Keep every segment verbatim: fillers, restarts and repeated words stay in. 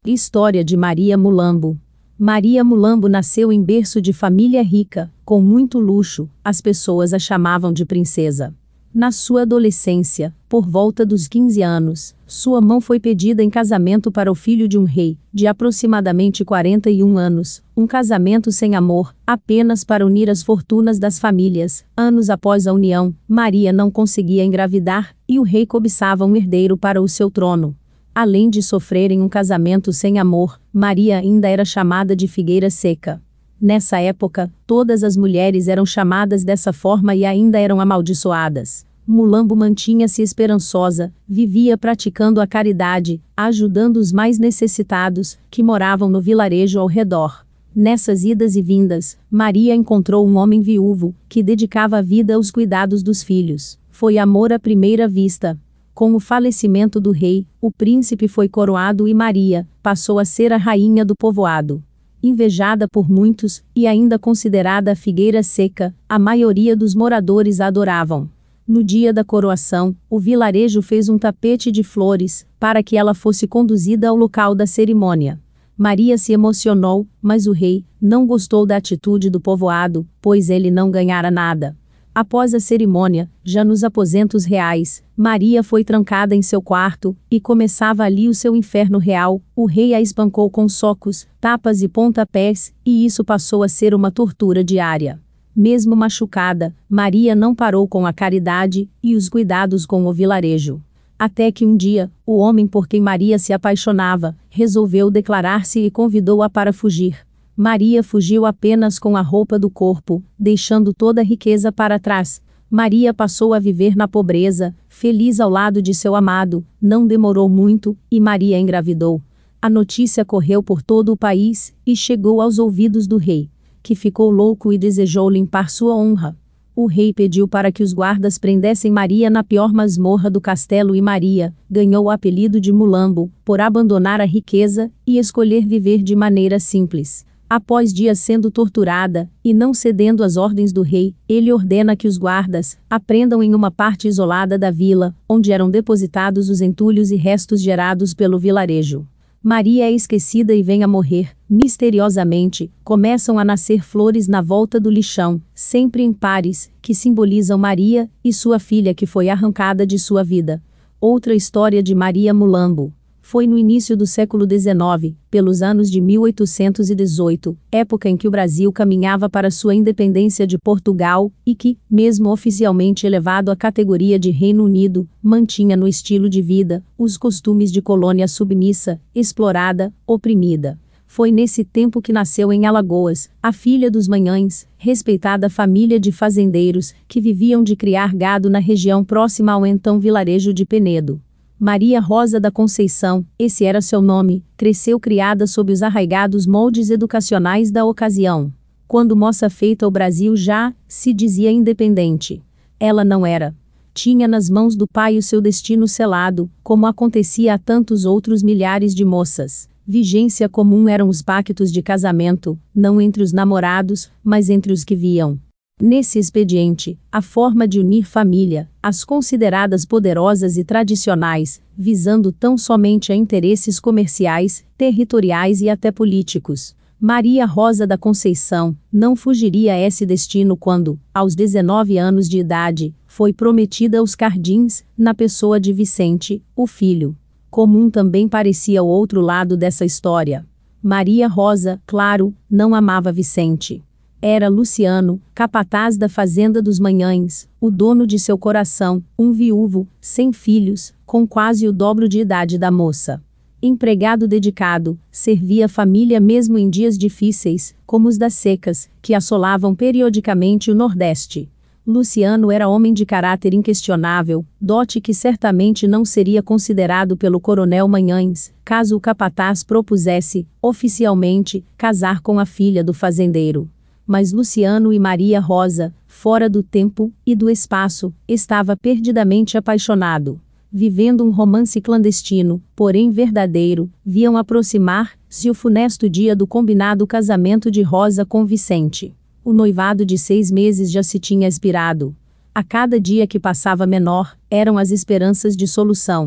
História de Maria Mulambo. Maria Mulambo nasceu em berço de família rica, com muito luxo, as pessoas a chamavam de princesa. Na sua adolescência, por volta dos quinze anos, sua mão foi pedida em casamento para o filho de um rei, de aproximadamente quarenta e um anos, um casamento sem amor, apenas para unir as fortunas das famílias. Anos após a união, Maria não conseguia engravidar, e o rei cobiçava um herdeiro para o seu trono. Além de sofrerem um casamento sem amor, Maria ainda era chamada de figueira seca. Nessa época, todas as mulheres eram chamadas dessa forma e ainda eram amaldiçoadas. Mulambo mantinha-se esperançosa, vivia praticando a caridade, ajudando os mais necessitados, que moravam no vilarejo ao redor. Nessas idas e vindas, Maria encontrou um homem viúvo, que dedicava a vida aos cuidados dos filhos. Foi amor à primeira vista. Com o falecimento do rei, o príncipe foi coroado e Maria passou a ser a rainha do povoado. Invejada por muitos, e ainda considerada a figueira seca, a maioria dos moradores a adoravam. No dia da coroação, o vilarejo fez um tapete de flores, para que ela fosse conduzida ao local da cerimônia. Maria se emocionou, mas o rei não gostou da atitude do povoado, pois ele não ganhara nada. Após a cerimônia, já nos aposentos reais, Maria foi trancada em seu quarto, e começava ali o seu inferno real. O rei a espancou com socos, tapas e pontapés, e isso passou a ser uma tortura diária. Mesmo machucada, Maria não parou com a caridade e os cuidados com o vilarejo. Até que um dia, o homem por quem Maria se apaixonava, resolveu declarar-se e convidou-a para fugir. Maria fugiu apenas com a roupa do corpo, deixando toda a riqueza para trás. Maria passou a viver na pobreza, feliz ao lado de seu amado. Não demorou muito, e Maria engravidou. A notícia correu por todo o país, e chegou aos ouvidos do rei, que ficou louco e desejou limpar sua honra. O rei pediu para que os guardas prendessem Maria na pior masmorra do castelo e Maria ganhou o apelido de Mulambo, por abandonar a riqueza e escolher viver de maneira simples. Após dias sendo torturada, e não cedendo às ordens do rei, ele ordena que os guardas a prendam em uma parte isolada da vila, onde eram depositados os entulhos e restos gerados pelo vilarejo. Maria é esquecida e vem a morrer. Misteriosamente, começam a nascer flores na volta do lixão, sempre em pares, que simbolizam Maria e sua filha que foi arrancada de sua vida. Outra história de Maria Mulambo. Foi no início do século dezenove, pelos anos de mil oitocentos e dezoito, época em que o Brasil caminhava para sua independência de Portugal, e que, mesmo oficialmente elevado à categoria de Reino Unido, mantinha no estilo de vida os costumes de colônia submissa, explorada, oprimida. Foi nesse tempo que nasceu em Alagoas, a filha dos Manhães, respeitada família de fazendeiros, que viviam de criar gado na região próxima ao então vilarejo de Penedo. Maria Rosa da Conceição, esse era seu nome, cresceu criada sob os arraigados moldes educacionais da ocasião. Quando moça feita o Brasil já se dizia independente. Ela não era. Tinha nas mãos do pai o seu destino selado, como acontecia a tantos outros milhares de moças. Vigência comum eram os pactos de casamento, não entre os namorados, mas entre os que viam nesse expediente a forma de unir família, as consideradas poderosas e tradicionais, visando tão somente a interesses comerciais, territoriais e até políticos. Maria Rosa da Conceição não fugiria a esse destino quando, aos dezenove anos de idade, foi prometida aos Cardins, na pessoa de Vicente, o filho. Comum também parecia o outro lado dessa história. Maria Rosa, claro, não amava Vicente. Era Luciano, capataz da fazenda dos Manhães, o dono de seu coração, um viúvo, sem filhos, com quase o dobro de idade da moça. Empregado dedicado, servia a família mesmo em dias difíceis, como os das secas, que assolavam periodicamente o Nordeste. Luciano era homem de caráter inquestionável, dote que certamente não seria considerado pelo coronel Manhães, caso o capataz propusesse, oficialmente, casar com a filha do fazendeiro. Mas Luciano e Maria Rosa, fora do tempo e do espaço, estava perdidamente apaixonado. Vivendo um romance clandestino, porém verdadeiro, viam aproximar-se o funesto dia do combinado casamento de Rosa com Vicente. O noivado de seis meses já se tinha expirado. A cada dia que passava menor, eram as esperanças de solução.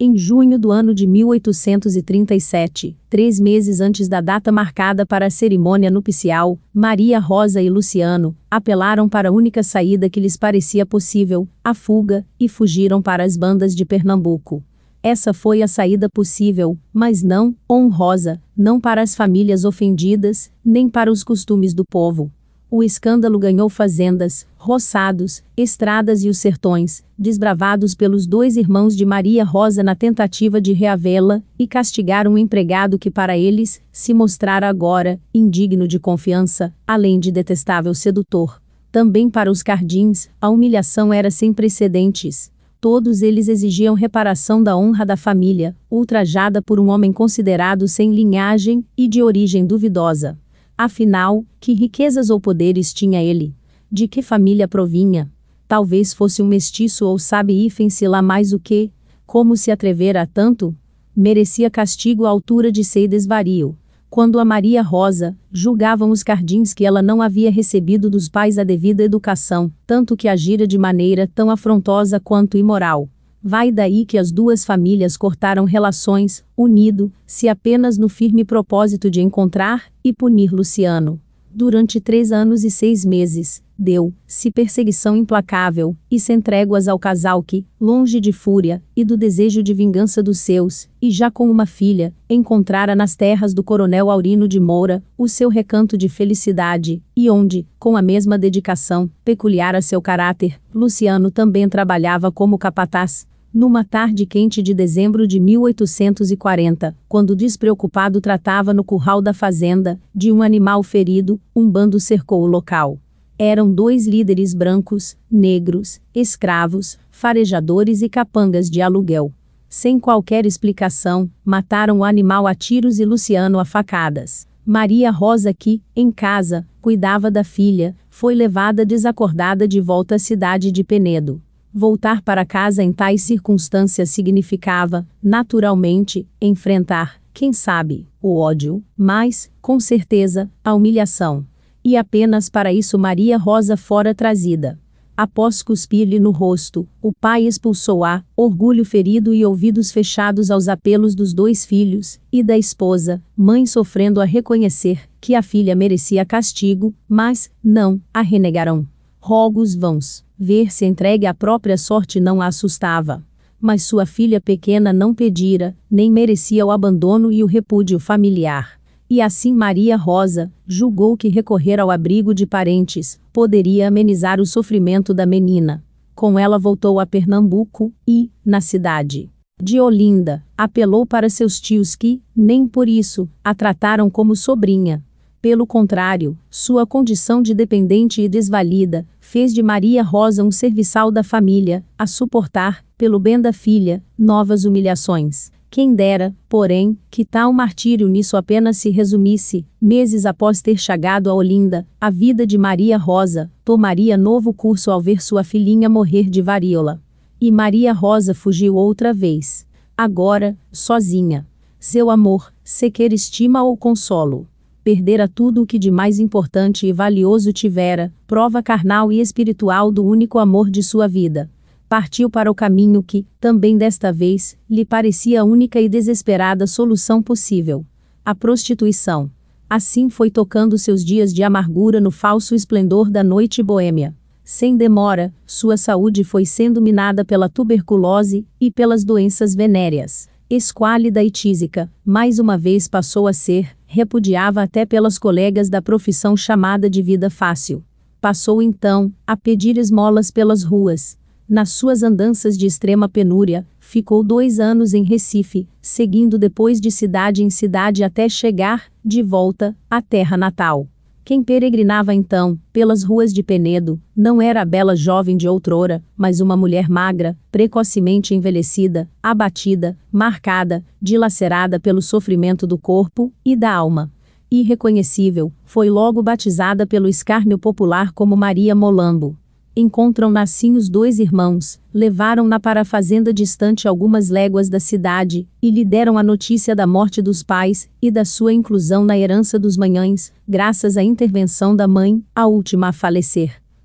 Em junho do ano de mil oitocentos e trinta e sete, três meses antes da data marcada para a cerimônia nupcial, Maria Rosa e Luciano apelaram para a única saída que lhes parecia possível, a fuga, e fugiram para as bandas de Pernambuco. Essa foi a saída possível, mas não honrosa, não para as famílias ofendidas, nem para os costumes do povo. O escândalo ganhou fazendas, roçados, estradas e os sertões, desbravados pelos dois irmãos de Maria Rosa na tentativa de reavê-la, e castigaram um empregado que para eles se mostrara agora indigno de confiança, além de detestável sedutor. Também para os Cardins, a humilhação era sem precedentes. Todos eles exigiam reparação da honra da família, ultrajada por um homem considerado sem linhagem e de origem duvidosa. Afinal, que riquezas ou poderes tinha ele? De que família provinha? Talvez fosse um mestiço ou sabe-se lá mais o que? Como se atrevera a tanto? Merecia castigo à altura de seu desvario. Quando a Maria Rosa, julgavam os Cardins que ela não havia recebido dos pais a devida educação, tanto que agira de maneira tão afrontosa quanto imoral. Vai daí que as duas famílias cortaram relações, unido-se apenas no firme propósito de encontrar e punir Luciano. Durante três anos e seis meses, deu-se perseguição implacável, e sem tréguas ao casal que, longe de fúria, e do desejo de vingança dos seus, e já com uma filha, encontrara nas terras do coronel Aurino de Moura, o seu recanto de felicidade, e onde, com a mesma dedicação, peculiar a seu caráter, Luciano também trabalhava como capataz. Numa tarde quente de dezembro de mil oitocentos e quarenta, quando despreocupado tratava no curral da fazenda de um animal ferido, um bando cercou o local. Eram dois líderes brancos, negros, escravos, farejadores e capangas de aluguel. Sem qualquer explicação, mataram o animal a tiros e Luciano a facadas. Maria Rosa, que, em casa, cuidava da filha, foi levada desacordada de volta à cidade de Penedo. Voltar para casa em tais circunstâncias significava, naturalmente, enfrentar, quem sabe, o ódio, mas, com certeza, a humilhação. E apenas para isso Maria Rosa fora trazida. Após cuspir-lhe no rosto, o pai expulsou-a, orgulho ferido e ouvidos fechados aos apelos dos dois filhos, e da esposa, mãe sofrendo a reconhecer que a filha merecia castigo, mas, não, a renegaram. Rogos vãos. Ver-se entregue à própria sorte não a assustava. Mas sua filha pequena não pedira, nem merecia o abandono e o repúdio familiar. E assim Maria Rosa julgou que recorrer ao abrigo de parentes poderia amenizar o sofrimento da menina. Com ela voltou a Pernambuco e, na cidade de Olinda, apelou para seus tios que, nem por isso, a trataram como sobrinha. Pelo contrário, sua condição de dependente e desvalida fez de Maria Rosa um serviçal da família, a suportar, pelo bem da filha, novas humilhações. Quem dera, porém, que tal martírio nisso apenas se resumisse. Meses após ter chegado a Olinda, a vida de Maria Rosa tomaria novo curso ao ver sua filhinha morrer de varíola. E Maria Rosa fugiu outra vez. Agora, sozinha. Seu amor, sequer estima ou consolo. Perdera tudo o que de mais importante e valioso tivera, prova carnal e espiritual do único amor de sua vida. Partiu para o caminho que, também desta vez, lhe parecia a única e desesperada solução possível: a prostituição. Assim foi tocando seus dias de amargura no falso esplendor da noite boêmia. Sem demora, sua saúde foi sendo minada pela tuberculose e pelas doenças venéreas. Esquálida e tísica, mais uma vez passou a ser, repudiava até pelas colegas da profissão chamada de vida fácil. Passou então a pedir esmolas pelas ruas. Nas suas andanças de extrema penúria, ficou dois anos em Recife, seguindo depois de cidade em cidade até chegar, de volta, à terra natal. Quem peregrinava então, pelas ruas de Penedo, não era a bela jovem de outrora, mas uma mulher magra, precocemente envelhecida, abatida, marcada, dilacerada pelo sofrimento do corpo e da alma. Irreconhecível, foi logo batizada pelo escárnio popular como Maria Molambo. Encontram-na assim os dois irmãos, levaram-na para a fazenda distante algumas léguas da cidade, e lhe deram a notícia da morte dos pais, e da sua inclusão na herança dos Manhães, graças à intervenção da mãe, a última a falecer.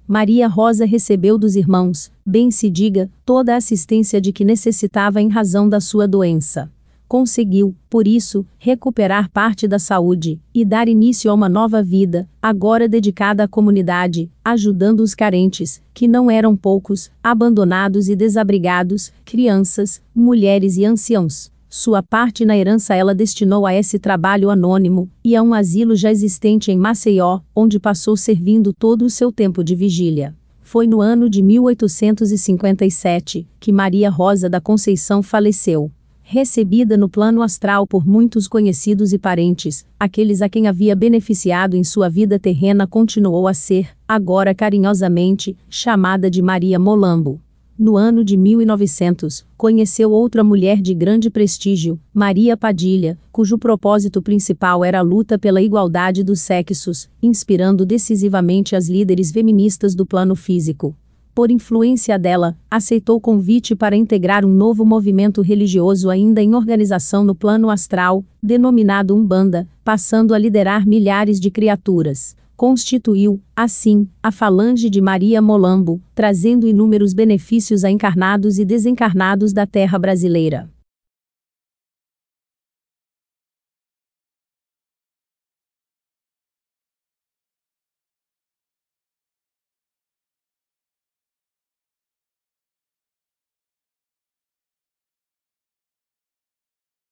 Maria Rosa recebeu dos irmãos, bem se diga, toda a assistência de que necessitava em razão da sua doença. Conseguiu, por isso, recuperar parte da saúde e dar início a uma nova vida, agora dedicada à comunidade, ajudando os carentes, que não eram poucos, abandonados e desabrigados, crianças, mulheres e anciãos. Sua parte na herança ela destinou a esse trabalho anônimo e a um asilo já existente em Maceió, onde passou servindo todo o seu tempo de vigília. Foi no ano de mil oitocentos e cinquenta e sete que Maria Rosa da Conceição faleceu. Recebida no plano astral por muitos conhecidos e parentes, aqueles a quem havia beneficiado em sua vida terrena continuou a ser, agora carinhosamente, chamada de Maria Molambo. No ano de mil e novecentos, conheceu outra mulher de grande prestígio, Maria Padilha, cujo propósito principal era a luta pela igualdade dos sexos, inspirando decisivamente as líderes feministas do plano físico. Por influência dela, aceitou convite para integrar um novo movimento religioso ainda em organização no plano astral, denominado Umbanda, passando a liderar milhares de criaturas. Constituiu, assim, a Falange de Maria Molambo, trazendo inúmeros benefícios a encarnados e desencarnados da terra brasileira.